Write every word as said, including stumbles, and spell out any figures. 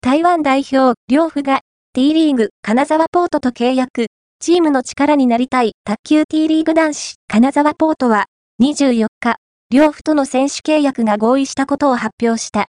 台湾代表、両夫が T リーグ金沢ポートと契約、チームの力になりたい卓球 T リーグ男子金沢ポートはにじゅうよっか、両夫との選手契約が合意したことを発表した。